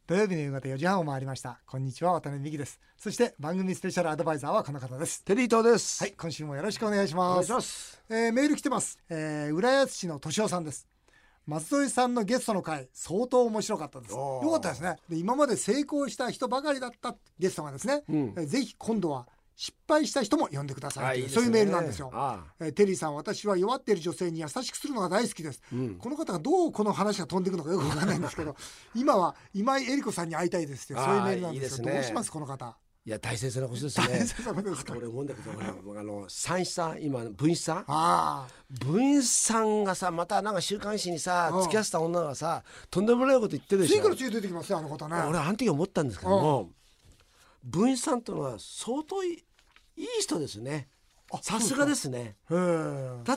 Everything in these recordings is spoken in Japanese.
土曜日の夕方4時半を回りました。こんにちは、渡辺美希です。そして番組スペシャルアドバイザーはこの方です。 テリー東です。 はい、今週もよろしくお願いします。 お願いします。 メール来てます。浦安市の敏夫さんです。松添さんのゲストの回相当面白かったです。よかったですね。で、今まで成功した人ばかりだったゲストがですね、ぜひ今度は失敗した人も呼んでくださいという、そういうメールなんですよ。テリーさん、私は弱っている女性に優しくするのが大好きです、この方がどうこの話が飛んでいくのかよくわかんないんですけど今は今井絵理子さんに会いたいですって、そういうメールなんですよ。どうしますこの方。 いや、大切なことですね。 大切なことですか。 あと俺思うんだけど、三子さん、今文子さん、文子さんがさ、またなんか週刊誌にさ付き合ってた女がさ、とんでもないこと言ってるでしょ。 次から次出てきますよ、あの方ね。 俺あの時思ったんですけども、文子さんというのは相当いい人ですね。さすがですね。だって、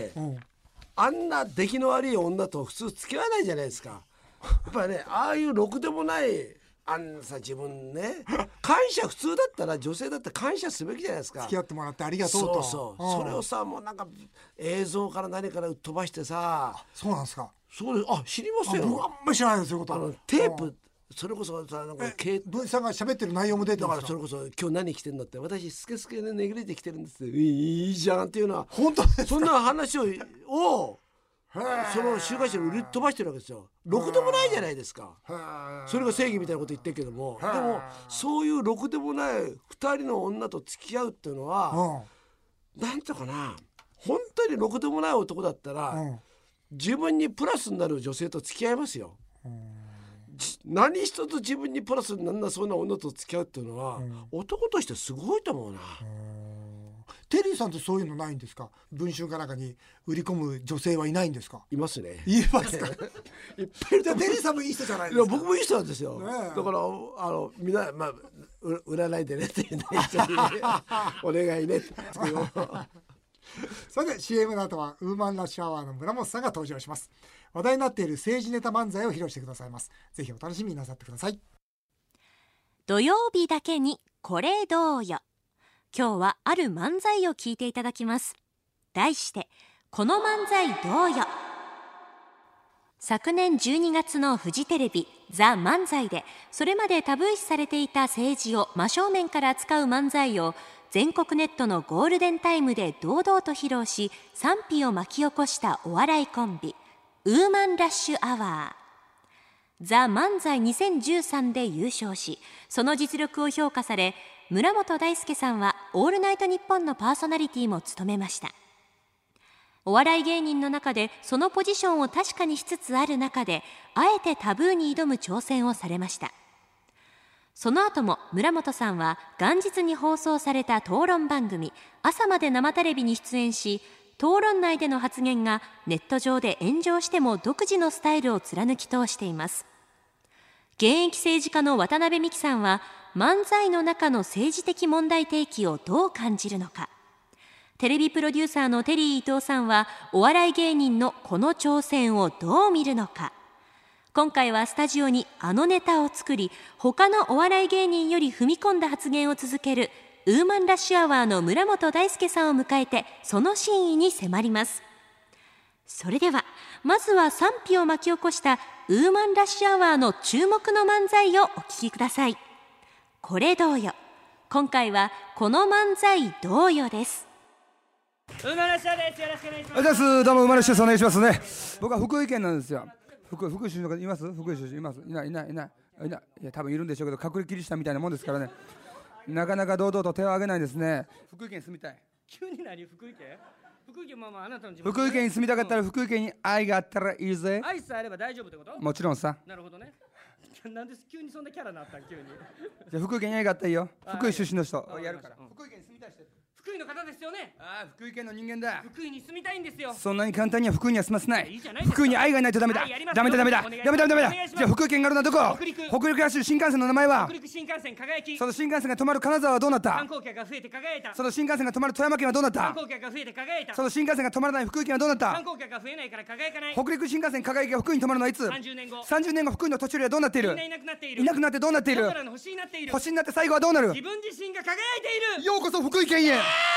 あんな出来の悪い女と普通付き合わないじゃないですか。やっぱりね、ああいうろくでもないあんさ、自分ね、感謝、普通だったら女性だって感謝すべきじゃないですか。 付き合ってもらってありがとうと。 それをさ、もうなんか映像から何から飛ばしてさ。 そうなんですか。 そうです。知りますよ。 僕あんまり知らないですよ、こと。 テープ、それこそさ、なんか文さんが喋ってる内容も出てますか。 だからそれこそ今日何着てんだって、私スケスケでねぐれてきてるんですって、いいじゃんっていうのは本当ですか。 そんな話をその週刊誌に売り飛ばしてるわけですよ。ろくでもないじゃないですか。それが正義みたいなこと言ってるけども、でもそういうろくでもない2人の女と付き合うっていうのは、なんとかな、本当にろくでもない男だったら、自分にプラスになる女性と付き合いますよ。何一つ自分にプラスになんなそうな女と付き合うっていうのは、男としてすごいと思うな。 テリーさんってそういうのないんですか。文春かなんかに売り込む女性はいないんですか。 いますね。 いますか。いっぱいいる。じゃあテリーさんもいい人じゃないですか。 いや、僕もいい人なんですよ、だからみんな、占いでねって言ってお願いねってそれで CM の後はウーマンラッシュアワーの村本さんが登場します。話題になっている政治ネタ漫才を披露してくださいます。ぜひお楽しみになさってください。 土曜日だけにこれどうよ。今日はある漫才を聞いていただきます。題してこの漫才どうよ。昨年12月のフジテレビザ・漫才で、それまでタブー視されていた政治を真正面から扱う漫才を全国ネットのゴールデンタイムで堂々と披露し、賛否を巻き起こしたお笑いコンビウーマンラッシュアワー。ザ・漫才2013で優勝し、その実力を評価され、村本大輔さんはオールナイトニッポンのパーソナリティも務めました。お笑い芸人の中でそのポジションを確かにしつつある中で、あえてタブーに挑む挑戦をされました。その後も村本さんは元日に放送された討論番組朝まで生テレビに出演し、討論内での発言がネット上で炎上しても独自のスタイルを貫き通しています。現役政治家の渡辺美樹さんは漫才の中の政治的問題提起をどう感じるのか。テレビプロデューサーのテリー伊藤さんはお笑い芸人のこの挑戦をどう見るのか。今回はスタジオにあのネタを作り、他のお笑い芸人より踏み込んだ発言を続けるウーマンラッシュアワーの村本大輔さんを迎えて、その真意に迫ります。それではまずは賛否を巻き起こしたウーマンラッシュアワーの注目の漫才をお聞きください。これどうよ。今回はこの漫才どうよです。 ウーマンラッシュアワーです。よろしくお願いします。 どうもウーマンラッシュです。お願いしますね。僕は福井県なんですよ。福井出身の方います？福井出身います？いない。いや、多分いるんでしょうけど、隠れキリシタンみたいなもんですからね。なかなか堂々と手を挙げないですね。福井県に住みたい。 急に何？福井県？福井県、まああなたの地元。 福井県に住みたかったら福井県に愛があったらいいぜ。 愛さえあれば大丈夫ってこと？ もちろんさ。 なるほどね。なんで急にそんなキャラになったん？急に。 じゃあ福井県に愛があったらいいよ。福井出身の人やるから。 福井県に住みたい人。福井の方ですよね。 福井県の人間だ。 福井に住みたいんですよ。 そんなに簡単には福井には住ませない。 いいじゃないですか。 福井に愛がないとダメだ。ダメだ。じゃあ福井県があるのはどこ？北陸走る新幹線の名前は？ 北陸新幹線輝き。 その新幹線が止まる金沢はどうなった？ 観光客が増えて輝いた。 その新幹線が止まる富山県はどうなった？ 観光客が増えて輝いた。 その新幹線が止まらない福井県はどうなった？ 観光客が増えないから輝かない。 北陸新幹線輝きが福井に止まるのはいつ ？30年後。 30年後福井の土地よりはどうなっている？ みんないなくなっている。 いなくなってどうなっている？ だからの星になっている。 星になって最後はどうなる？ 自分自身が輝いている。 ようこそ福井県へ。 あ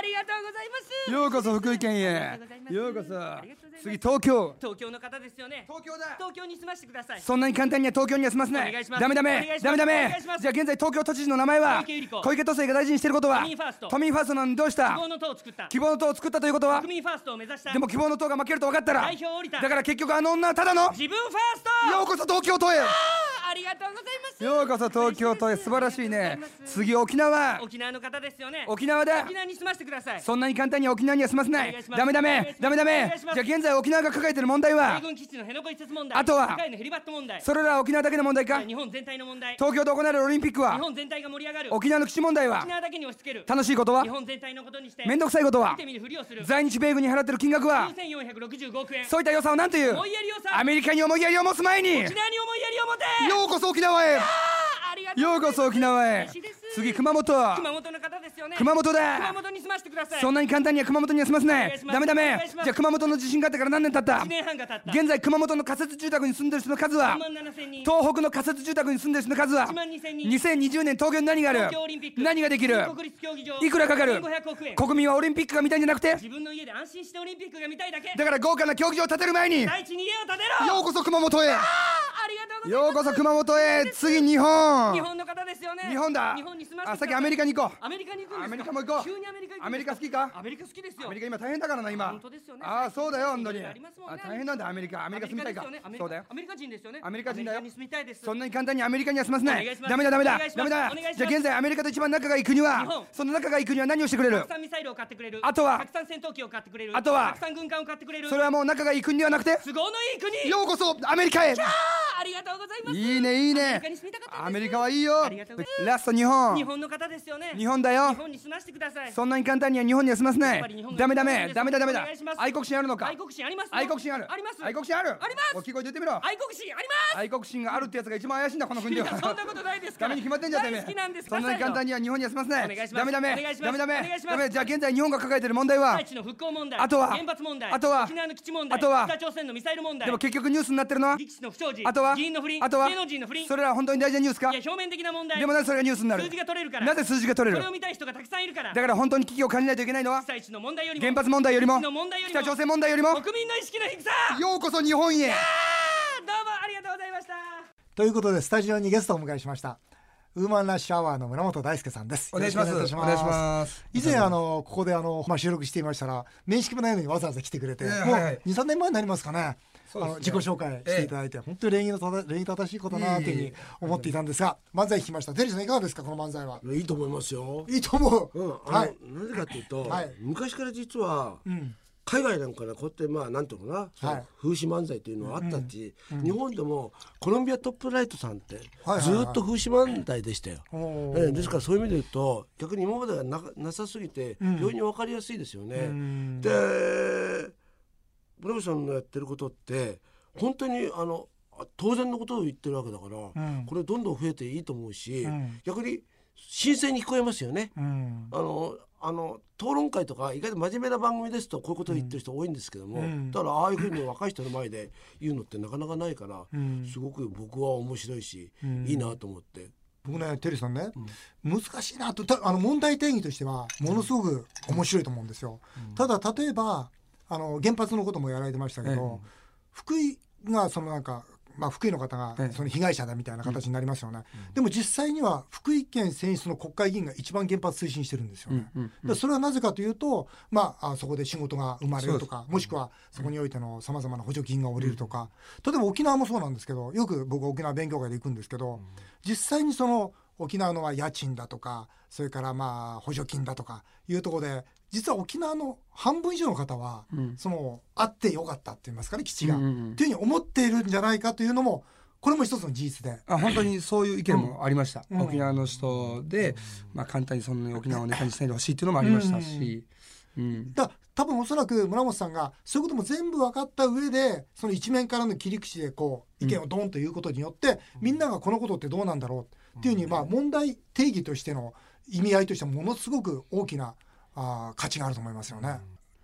ありがとうございます。 ようこそ福井県へ。ようこそ。次東京。 東京の方ですよね。 東京だ。 東京に住ませてください。 そんなに簡単には東京には済ませない。 お願いしますダメダメお願いしますダメダお願メいしますじゃあ現在東京都知事の名前は小池百合子小池都政が大事にしていることは都民ファースト都民ファーストなのにどうした希望の党を作った。 希望の党を作ったということは国民ファーストを目指した。 でも希望の党が負けると分かったら代表を降りた。 だから結局あの女はただの自分ファースト。 ようこそ東京都へありがとうございます。 ようこそ東京都へ素晴らしいね次沖縄沖縄の方ですよね。 沖縄だ沖縄に住ませてください。 そんなに簡単には沖縄には済ませないお願いしますダメダメダメダお願メいしますじゃあ現在沖縄が抱えている問題は米軍基地の辺野古移設問題。 あとは世界のヘリバット問題。 それらは沖縄だけの問題か日本全体の問題。 東京で行われるオリンピック日は本全体が盛り上がる。 沖縄の基地問題は沖縄だけに押し付ける。 楽しいことは日本全体のことにしてめんどくさいことは見てみるふりをする。 在日米軍に払っている金額は 9465億円。 そういった予算を何という思いやりをさ。 アメリカに思いやりを持つ前に沖縄に思いやりを持て。 ようこそ沖縄へありがとうございます。 ようこそ沖縄へ嬉しいです。 次熊本熊本の方ですよね。 熊本熊だ本に住ませてください。 そんなに簡単には熊本には済ませないお願いしますダメダメお願いしますじゃあ熊本の地震があってから何年経った 1年半が経った。 現在熊本の仮設住宅に住んでる人の数は 3万7000人。 東北の仮設住宅に住んでる人の数は 1万2000人。 2020年東京に何がある東京オリンピック。 何ができる国立競技場。 いくらかかる 1500億円。 国民はオリンピックが見たいんじゃなくて自分の家で安心してオリンピックが見たいだけ。 だから豪華な競技場を建てる前によ第一に家を建てろ。 うこそ熊本へありがとうございます。 ようこそ熊本へ次日本日本の方ですよね。 日本だ日本に住ませてください。 あ先アメリカに行こうアメリカに行くんですか。 アメリカも行こう急にアメリカ行くんですか。 アメリカ好きかアメリカ好きですよ。 アメリカ今大変だからな今本当ですよね。 ああそうだよ本当にありますもんねあ大変なんだアメリカ住みたいかアメリカですよね。 そうだよアメリカ人ですよね。 アメリカ人だよアメリカに住みたいです。 そんなに簡単にアメリカには済ませないお願いしますダメだダメだお願いしますダメだお願いしますじゃあ現在アメリカと一番仲がいい国日は本その仲がいい国は何をしてくれるたくさんミサイルを買ってくれる。 あとはたくさん戦闘機を買ってくれる。 あとはたくさん軍艦を買ってくれる。 それはもう仲がいい国ではなくて都合のいい国。 ようこそアメリカへありがとうございます。 いいねいいアメねリカに住みたかったんです。 アメリカはいいよありがとうございますラスト日本日本の方ですよね。 日本だよ日本に住ませてください。 そんなに簡単には日本には済ませなやっぱり日本がいダメダ一番いいですメダメだダメだお願いします愛国心あるのか愛国心ありますよ。 愛国心あるあります。 愛国心あるあります大きい声で言ってみろ愛国心あります。 愛国心があるってやつが一番怪しいんだこの国ではいやそんなことないですから。 ダメに決まってんじゃんてめ大好きなんです。 そんなに簡単には日本には済ませないお願いしますダメダメお願いしますダメダメお願いしますダメじゃあ現在日本が抱えている問題は大地の復興問題。 あとは原発問題。 あとは沖縄の基地問題。 あとは北朝鮮のミサイル問題。 でも結局ニュースになってるのは力士の不祥事。 あとは議員の不倫。 あとは芸能人の不倫。 それら本当に大事なニュースかいや表面的な問題。 でもなぜそれがニュースになる数字が取れるから。 なぜ数字が取れるそれを見たい人がたくさんいるから。 だから本当に危機を感じないといけないのは被災地の問題よりも。 原発問題よりも基地の問題よりも。 北朝鮮問題よりも国民の意識の低さ。 ようこそ日本へどうもありがとうございました。 ということでスタジオにゲストをお迎えしましたウーマンラッシュアワーの村本大輔さんです。 お願いしますよろくお願いします以前ここで収録していましたら面識もないのにわざわざ来てくれて、もうはいはい 2,3 年前になりますかね。 そうですね自己紹介していただいて、本当に礼儀正しいことなというふうに思っていたんですが、漫才聞きました。テリーさんいかがですかこの漫才は。 いいと思いますよ。 いいと思う、 はいなぜかというと、 はい昔から実は、海外なんかでこうやってなんていうのかな、その風刺漫才というのはあったし、日本でもコロンビアトップライトさんってずっと風刺漫才でしたよ。ですからそういう意味で言うと逆に今まではなさすぎて非常に分かりやすいですよね。で村本さんのやってることって本当に当然のことを言ってるわけだから、これどんどん増えていいと思うし、逆に新鮮に聞こえますよね。討論会とか意外と真面目な番組ですとこういうことを言ってる人多いんですけども、だからああいうふうに若い人の前で言うのってなかなかないから、すごく僕は面白いし、いいなと思って。 僕ねテリーさんね、難しいなと問題定義としてはものすごく面白いと思うんですよ。ただ例えば原発のこともやられてましたけど、福井が福井の方がその被害者だみたいな形になりますよね。でも実際には福井県選出の国会議員が一番原発推進してるんですよね。でそれはなぜかというと、そこで仕事が生まれるとか、もしくはそこにおいてのさまざまな補助金が下りるとか、例えば沖縄もそうなんですけど、よく僕は沖縄勉強会で行くんですけど、実際にその沖縄のは家賃だとか、それから補助金だとかいうところで、実は沖縄の半分以上の方は、あってよかったって言いますかね、基地が、っていうふうに思っているんじゃないかというのも、これも一つの事実で。 本当にそういう意見もありました。沖縄の人で、簡単にそんなに沖縄をネタにしないでほしいっていうのもありましたし、 だから多分おそらく村本さんがそういうことも全部分かった上で、その一面からの切り口で意見をドンということによって、みんながこのことってどうなんだろうっていうふうに、問題定義としての意味合いとしてもものすごく大きな価値があると思いますよね。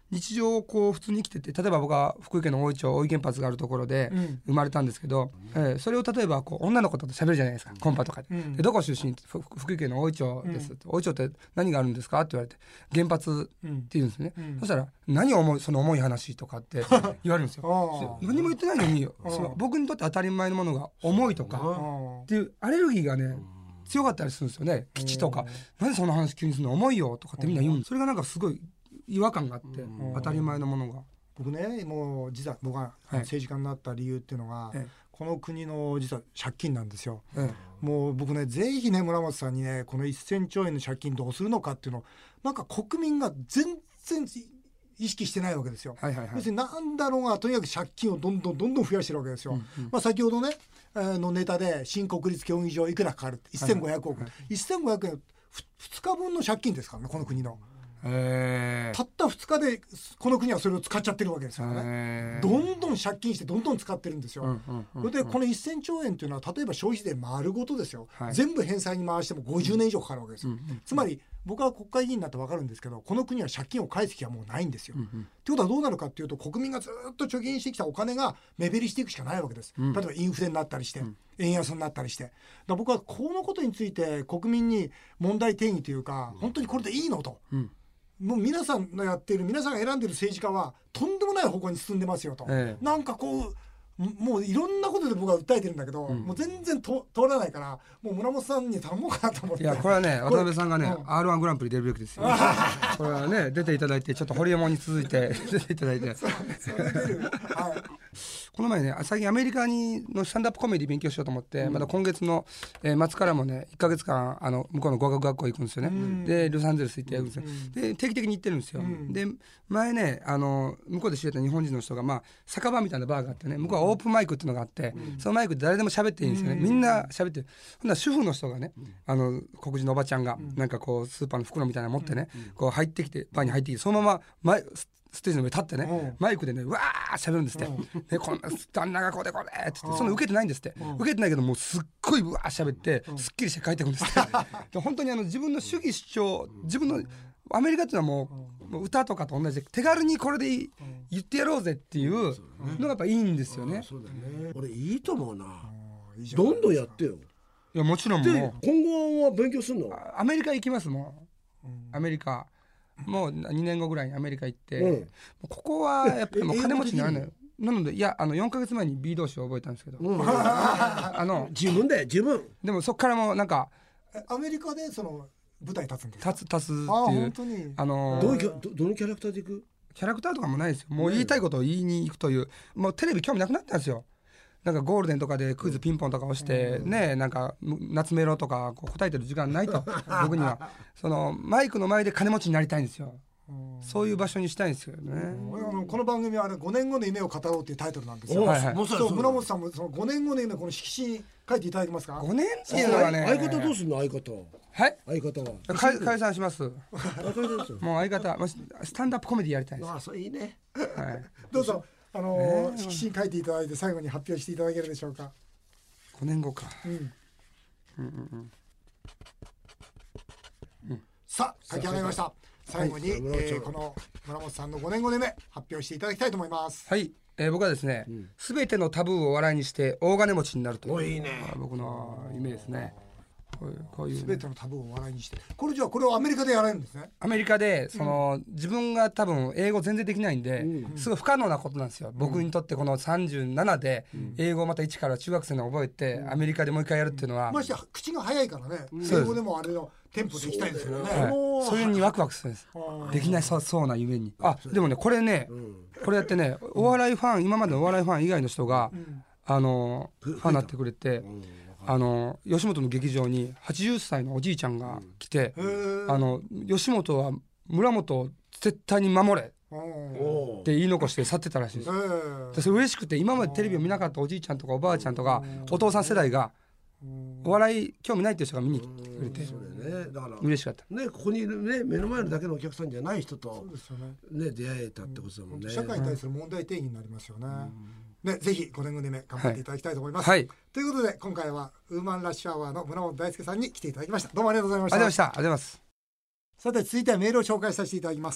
日常をこう普通に生きてて、例えば僕は福井県の大井町大井原発があるところで生まれたんですけど、それを例えばこう女の子と喋るじゃないですか、コンパとかで、でどこ出身って福井県の大井町です、大井町って何があるんですかって言われて原発って言うんですね、そしたら何をその重い話とかって言われるんですよ何も言ってないのにその僕にとって当たり前のものが重いとかっていうアレルギーがね強かったりするんですよね。基地とかなんでそんな話急にするの重いよとかってみんな言うんです。それがなんかすごい違和感があって、当たり前のものが。 僕ね、もう実は僕が政治家になった理由っていうのが、この国の実は借金なんですよ、もう僕ね、ぜひね村本さんにね、この1000兆円の借金どうするのかっていうのをなんか国民が全然意識してないわけですよ、要するになんだろうがとにかく借金をどんどん増やしてるわけですよ、先ほどねのネタで新国立競技場いくらかかるって1500億、1500円2日分の借金ですからね、この国の。たった2日でこの国はそれを使っちゃってるわけですよね。どんどん借金してどんどん使ってるんですよ。それでこの1000兆円というのは例えば消費税丸ごとですよ、全部返済に回しても50年以上かかるわけですよ、つまり僕は国会議員になって分かるんですけど、この国は借金を返す気はもうないんですよ、ということはどうなるかっていうと、国民がずっと貯金してきたお金が目減りしていくしかないわけです、例えばインフレになったりして、円安になったりして、だから僕はこのことについて国民に問題定義というか、本当にこれでいいのと、もう皆さんのやっている、皆さんが選んでいる政治家はとんでもない方向に進んでますよと、なんかこうもういろんなことで僕は訴えてるんだけど、もう全然通らないから、もう村本さんに頼もうかなと思って。 いやこれはね、渡辺さんがね R1 グランプリ出るべきですよこれはね出ていただいて、ちょっとホリエモンに続いて出ていただいてこの前ね、最近アメリカのスタンダップコメディ勉強しようと思って、まだ今月の末からもね1ヶ月間向こうの語学学校行くんですよね、でロサンゼルス行ってやるんですよ、で定期的に行ってるんですよ、で前ね向こうで知り合った日本人の人が、酒場みたいなバーがあってね、向こうはオープンマイクっていうのがあって、そのマイクで誰でも喋っていいんですよね、みんな喋ってる。ほんなら主婦の人がね、黒人のおばちゃんがなんかこうスーパーの袋みたいなの持ってね、こう入ってきてバーに入ってきて、そのままステージの上立ってね、マイクでね、うわー喋るんですって、ね、こんな旦那がこうでこれって言って、その受けてないんですって、受けてないけどもうすっごいうわー喋ってすっきりして帰ってくるんですって本当に自分の主義主張、自分のアメリカっていうのはもう歌とかと同じで手軽にこれで言ってやろうぜっていうのがやっぱいいんですよね。 そうだね、俺いいと思うな、どんどんやってよ。 いやもちろん、もう今後は勉強するの？ アメリカ行きますもん、アメリカもう2年後ぐらいにアメリカ行って、ここはやっぱりもう金持ちにならないなので、いや4ヶ月前に B 動詞を覚えたんですけど、 自分で自分でもそこからもなんかアメリカでその舞台立つんですか？ 立つっていう、 本当にどのキャラクターでいく？ キャラクターとかもないですよ、もう言いたいことを言いに行くという、もうテレビ興味なくなったんですよ。なんかゴールデンとかでクイズピンポンとか押してね、なんか夏メロとかこう答えてる時間ないと僕にはそのマイクの前で金持ちになりたいんですよ。そういう場所にしたいんですよね。 この番組は5年後の夢を語ろうっていうタイトルなんですよ。そう村本さんもその5年後の夢、この色紙書いていただけますか？5 年っていうのはね、 相方どうするの？相方相方は解散しますもう相方スタンダップコメディやりたいです。 それいいね、 どうぞ色紙書いていただいて最後に発表していただけるでしょうか。 5年後か、 さあ書き上がりました。最後に、この村本さんの5年後の夢発表していただきたいと思います。 はい、僕はですね、全てのタブーを笑いにして大金持ちになるという、 いいね、 僕の夢ですね。こういう全てのタブーを笑いにして、これをアメリカでやられるんですね。 アメリカで自分が多分英語全然できないんで、すごい不可能なことなんですよ、僕にとって。この37で英語をまた一から中学生の覚えて、アメリカでもう一回やるっていうのは、 まして口が早いからね、英語でもあれのテンポでいきたいんですよね。 それにワクワクするんです、できないそうな夢に。でもね、これね、これやってね、お笑いファン、今までのお笑いファン以外の人がファンになってくれて、吉本の劇場に80歳のおじいちゃんが来て、吉本は村本を絶対に守れって言い残して去ってたらしいです。それ嬉しくて、今までテレビを見なかったおじいちゃんとかおばあちゃんとかお父さん世代がお笑い興味ないっていう人が見に来てくれて、 だから嬉しかったね。ここにいるね、目の前のだけのお客さんじゃない人とね出会えたってことだもんね。 社会に対する問題定義になりますよね。ぜひ5年後の夢頑張っていただきたいと思います。ということで今回はウーマンラッシュアワーの村本大輔さんに来ていただきました。どうもありがとうございました。 ありがとうございました。 さて続いてはメールを紹介させていただきます。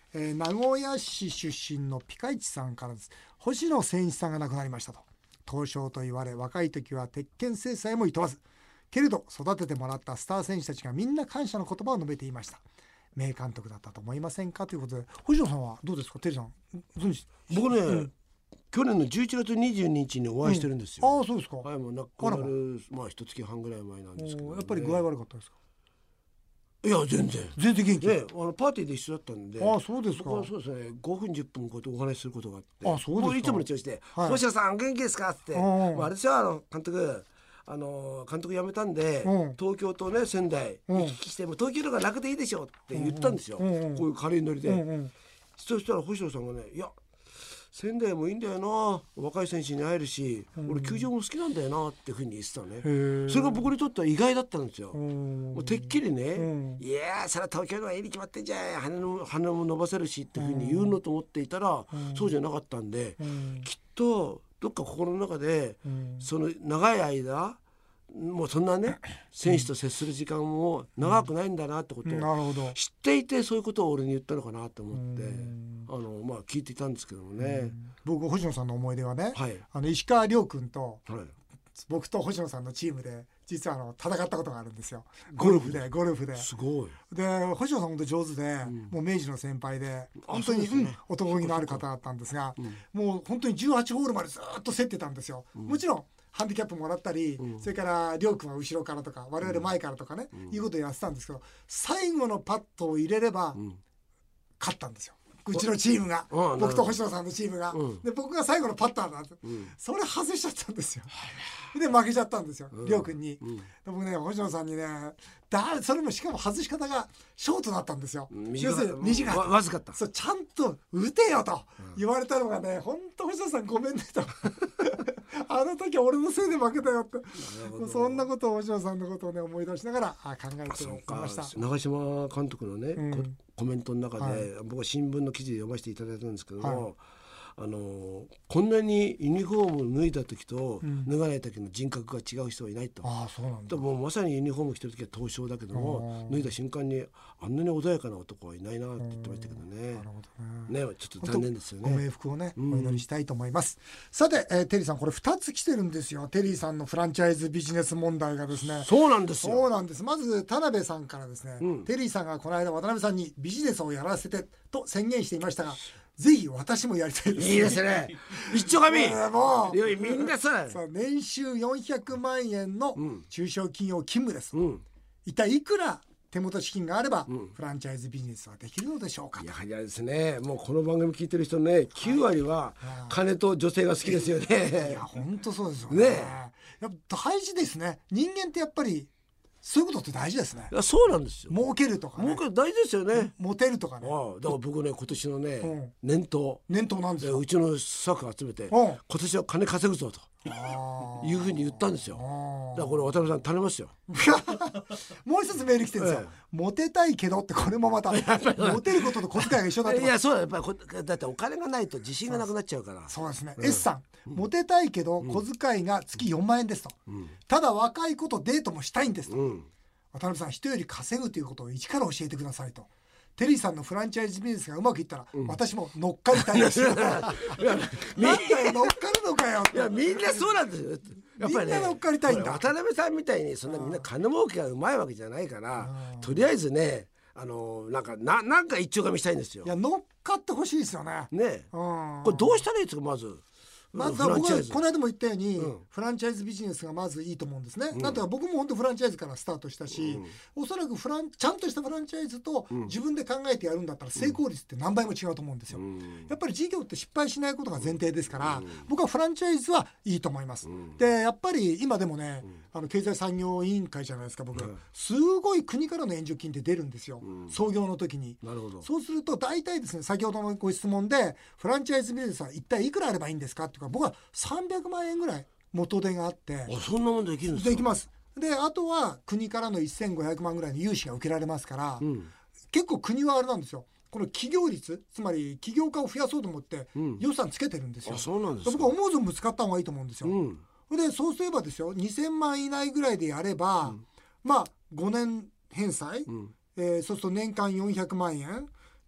名古屋市出身のピカイチさんからです。星野千一さんが亡くなりましたと。東証と言われ、若い時は鉄拳制裁も厭わず、けれど育ててもらったスター選手たちがみんな感謝の言葉を述べていました。名監督だったと思いませんかということで、星野さんはどうですか。テリーさんご存知。 僕ね、去年の11月22日にお会いしてるんですよ。 ああ、そうですか。 はい、もう亡くなる一月半ぐらい前なんですけど、 やっぱり具合悪かったですか。 いや全然元気。 ね、パーティーで一緒だったんで。 ああ、そうですか。 僕はそうですね、5分10分こうやってお話しすることがあって、 あ、そうですか。 もういつもの調子で、星野さん元気ですかって、あれですよ、監督辞めたんで、東京とね仙台行き来しても東京の方が楽でいいでしょって言ったんですよ、こういう軽いノリで、そしたら星野さんがね、いや仙台もいいんだよな、若い選手に会えるし、俺球場も好きなんだよなっていうふうに言ってたね。それが僕にとっては意外だったんですよ。もうてっきりね、いやそれは東京の方がいいに決まってんじゃん、羽も伸ばせるしっていうふうに言うのと思っていたら、そうじゃなかったんで、きっとどっか心の中で、その長い間もうそんなね選手と接する時間も長くないんだなってことを知っていて、そういうことを俺に言ったのかなと思って聞いていたんですけどもね。 僕星野さんの思い出はね、 はい、 石川遼君と、 はい、 僕と星野さんのチームで実は戦ったことがあるんですよ。ゴルフで。 すごい。 で星野さん本当に上手で、もう明治の先輩で本当に男気のある方だったんですが、もう本当に18ホールまでずっと競ってたんですよ。もちろんハンディキャップもらったり、それから亮君は後ろからとか我々前からとかね、いうことをやってたんですけど、最後のパットを入れれば勝ったんですよ、うちのチームが。僕と星野さんのチームが、で僕が最後のパッターだって、それ外しちゃったんですよ。で負けちゃったんですよ、亮君に。で僕ね、星野さんにね、それもしかも外し方がショートだったんですよ。要するに短かった、 わずかった。 そう、ちゃんと打てよと言われたのがね、本当星野さんごめんねとあの時俺のせいで負けたよって、そんなことを星野さんのことをね思い出しながら考えていました。 長嶋監督のね、コメントの中で、僕は新聞の記事で読ませていただいたんですけども、こんなにユニフォームを脱いだ時と脱がない時の人格が違う人はいないと。 そうなんだ。 もうまさにユニフォーム着てる時は東証だけども、脱いだ瞬間にあんなに穏やかな男はいないなって言ってましたけどね。 なるほどね。 ちょっと残念ですよね。 ご冥福をね、お祈りしたいと思います。さて、テリーさん、これ2つ来てるんですよ。テリーさんのフランチャイズビジネス問題がですね。 そうなんですよ。 そうなんです。まず田辺さんからですね、テリーさんがこの間渡辺さんにビジネスをやらせてと宣言していましたが、ぜひ私もやりたいです。 いいですね。一丁紙。 もうみんなさ、 年収400万円の中小企業勤務です。一体いくら手元資金があればフランチャイズビジネスはできるのでしょうか。 やはりですね、もうこの番組聞いてる人ね、9割は金と女性が好きですよね。 いや本当そうですよね。やっぱ大事ですね。人間ってやっぱりそういうことって大事ですね。 いやそうなんですよ。 儲けるとかね。 儲ける大事ですよね。 モテるとかね。 だから僕ね、今年のね、年頭なんですよ。 うちのスタッフ集めて、今年は金稼ぐぞというふうに言ったんですよ。だからこれ渡辺さん頼みますよ。 もう一つメール来てるんですよ。モテたいけどって、これもまたモテることと小遣いが一緒だって。 いやそうだ、やっぱりだってお金がないと自信がなくなっちゃうから。 そうですね。S さん、モテたいけど小遣いが月4万円ですと。ただ若い子とデートもしたいんですと。渡辺さん、人より稼ぐということを一から教えてくださいと。テリーさんのフランチャイズビジネスがうまくいったら、私も乗っかりたいですなんだよ、乗っかるのかよ。 いやみんなそうなんですよ。やっぱりね、 みんな乗っかりたいんだ。 渡辺さんみたいにそんなみんな金儲けがうまいわけじゃないから、とりあえずね、なんか一丁紙したいんですよ。 いや乗っかってほしいですよね。 ね、これどうしたらいいですか。まず僕はこの間も言ったように、フランチャイズビジネスがまずいいと思うんですね。だって僕も本当フランチャイズからスタートしたし、おそらくちゃんとしたフランチャイズと自分で考えてやるんだったら成功率って何倍も違うと思うんですよ。やっぱり事業って失敗しないことが前提ですから、僕はフランチャイズはいいと思います。でやっぱり今でもね、経済産業委員会じゃないですか。僕すごい国からの援助金って出るんですよ、創業の時に。 なるほど。 そうすると大体ですね、先ほどのご質問でフランチャイズビジネスは一体いくらあればいいんですかって僕は300万円ぐらい元手があって。 そんなもんできるんですか。 できます。であとは国からの1500万ぐらいの融資が受けられますから、結構国はあれなんですよ、この起業率、つまり起業家を増やそうと思って予算つけてるんですよ。 そうなんですか。 僕は思う存分使った方がいいと思うんですよ。でそうすればですよ、2000万以内ぐらいでやれば、まあ5年返済、そうすると年間400万円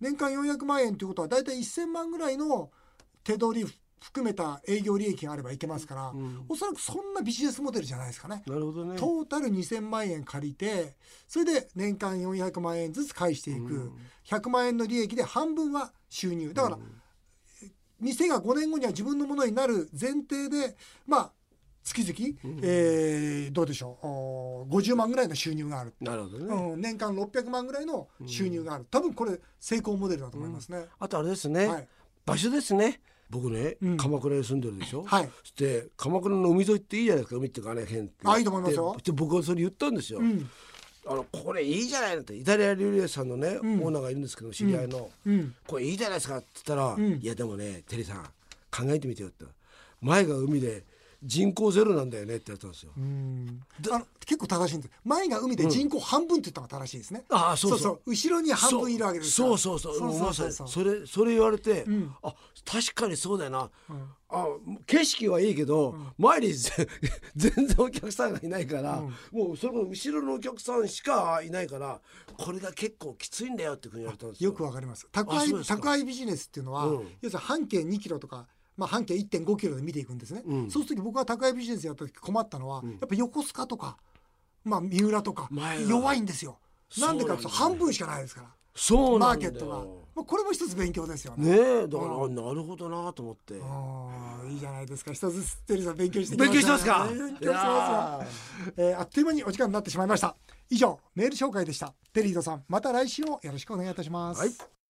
年間400万円ということはだいたい1000万ぐらいの手取り含めた営業利益があればいけますから、おそらくそんなビジネスモデルじゃないですかね。 なるほどね。 トータル2000万円借りて、それで年間400万円ずつ返していく、100万円の利益で半分は収入だから、店が5年後には自分のものになる前提で、まあ月々、どうでしょう、50万ぐらいの収入がある。 なるほどね。 年間600万ぐらいの収入がある。多分これ成功モデルだと思いますね。 あとあれですね、 はい、 場所ですね。僕ね、鎌倉に住んでるでしょ。 はい。 そして鎌倉の海沿いっていいじゃないですか。海っていうかね、辺って。 いいと思いますよ。 で僕はそれ言ったんですよ。これいいじゃないのって、イタリア料理屋さんのね、オーナーがいるんですけど、知り合いの、これいいじゃないですかって言ったら、いやでもねテリーさん考えてみてよって、前が海で人口ゼロなんだよねって言ったんですよ。 結構正しいんです。前が海で人口半分って言ったのが正しいですね。 そうそう。 後ろに半分いるわけですから。 そう。まさにそれ言われて、確かにそうだよな。景色はいいけど、前に全然お客さんがいないから、もうそれこそ後ろのお客さんしかいないから、これが結構きついんだよってふうに言われたんですよ。 よくわかります。宅配ビジネスっていうのは、要するに半径2キロとか。半径 1.5 キロで見ていくんですね。そうすると僕は宅配ビジネスやった時困ったのは、やっぱ横須賀とか、三浦とか弱いんですよ。なんでかっていうと半分しかないですから。 そうなんだよ。 マーケットが。これも一つ勉強ですよね。 ねえ、だからなるほどなと思って。 いいじゃないですか。一つずつテリーさん勉強して勉強してますか。 勉強してますよ。あっという間にお時間になってしまいました。以上メール紹介でした。テリーさん、また来週もよろしくお願いいたします。 はい。